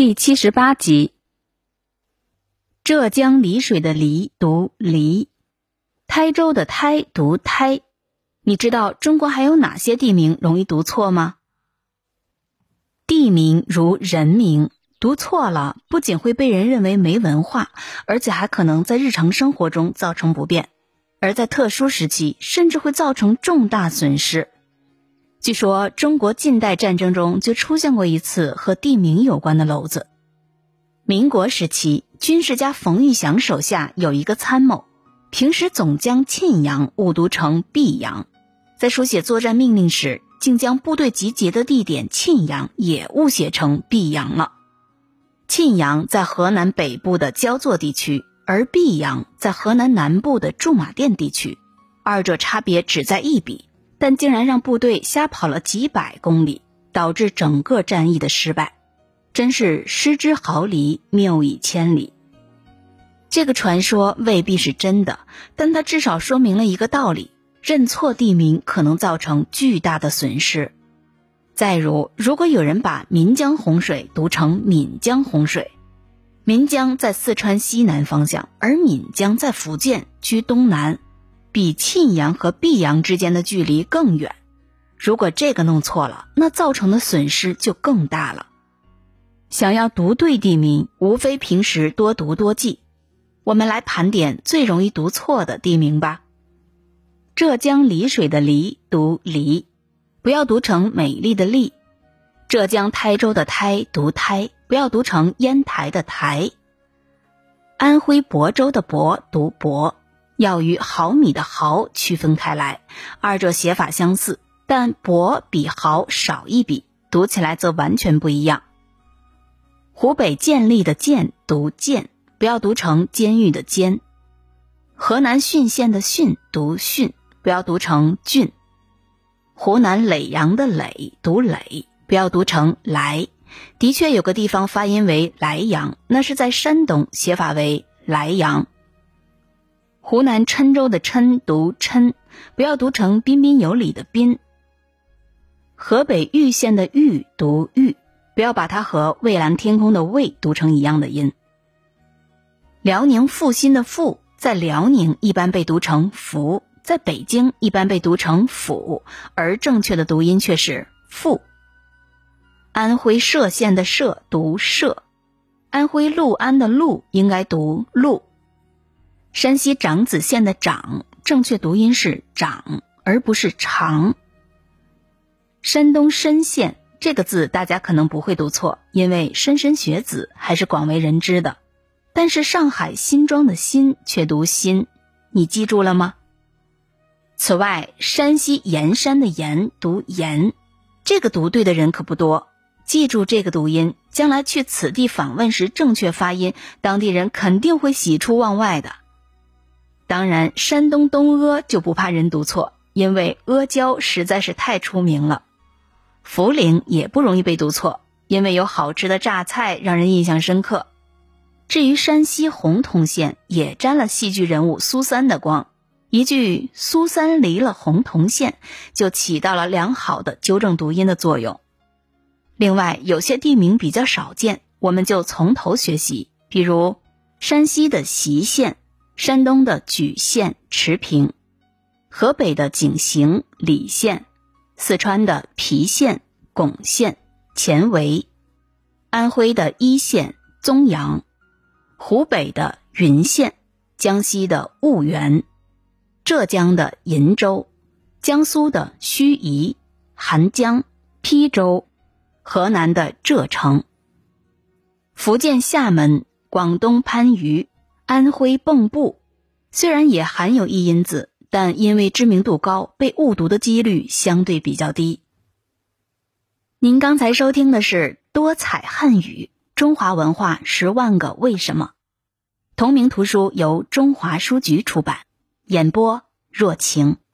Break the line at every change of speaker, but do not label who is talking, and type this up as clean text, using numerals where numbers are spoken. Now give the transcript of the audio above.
第78集。浙江丽水的丽读黎，台州的台读胎。你知道中国还有哪些地名容易读错吗？地名如人名，读错了不仅会被人认为没文化，而且还可能在日常生活中造成不便，而在特殊时期甚至会造成重大损失。据说中国近代战争中就出现过一次和地名有关的篓子。民国时期，军事家冯玉祥手下有一个参谋，平时总将沁阳误读成毕阳，在书写作战命令时，竟将部队集结的地点沁阳也误写成毕阳了。沁阳在河南北部的焦作地区，而毕阳在河南南部的驻马店地区，二者差别只在一笔，但竟然让部队瞎跑了几百公里，导致整个战役的失败，真是失之毫厘，谬以千里。这个传说未必是真的，但它至少说明了一个道理：认错地名可能造成巨大的损失。再如果有人把岷江洪水读成岷江洪水，岷江在四川西南方向，而岷江在福建居东南，比沁阳和毕阳之间的距离更远。如果这个弄错了，那造成的损失就更大了。想要读对地名，无非平时多读多记。我们来盘点最容易读错的地名吧。浙江丽水的丽读黎，不要读成美丽的丽。浙江台州的台读胎，不要读成烟台的台。安徽亳州的亳读亳，要与毫米的毫区分开来，二者写法相似，但亳比毫少一笔，读起来则完全不一样。湖北建立的建读建，不要读成监狱的监。河南浚县的浚读浚，不要读成郡。湖南耒阳的耒读耒，不要读成来。的确有个地方发音为莱阳，那是在山东，写法为莱阳。湖南郴州的郴读郴，不要读成彬彬有礼的彬。河北玉县的玉读玉，不要把它和蔚蓝天空的蔚读成一样的音。辽宁阜新的阜，在辽宁一般被读成福，在北京一般被读成府，而正确的读音却是阜。安徽歙县的歙读歙，安徽六安的陆应该读陆。山西长子县的长，正确读音是长，而不是长。山东莘县这个字大家可能不会读错，因为莘莘学子还是广为人知的，但是上海新庄的新却读新，你记住了吗？此外，山西盐山的盐读盐，这个读对的人可不多，记住这个读音，将来去此地访问时正确发音，当地人肯定会喜出望外的。当然，山东东阿就不怕人读错，因为阿胶实在是太出名了。涪陵也不容易被读错，因为有好吃的榨菜让人印象深刻。至于山西洪洞县，也沾了戏剧人物苏三的光，一句苏三离了洪洞县就起到了良好的纠正读音的作用。另外，有些地名比较少见，我们就从头学习，比如山西的隰县，山东的莒县持平，河北的井陉澧县，四川的郫县巩县前围，安徽的黟县宗阳，湖北的云县，江西的婺源，浙江的鄞州，江苏的盱眙、韩江、邳州，河南的浙城，福建厦门，广东番禺，安徽蚌埠，虽然也含有异音字，但因为知名度高，被误读的几率相对比较低。您刚才收听的是多彩汉语中华文化10万个为什么，同名图书由中华书局出版，演播若晴。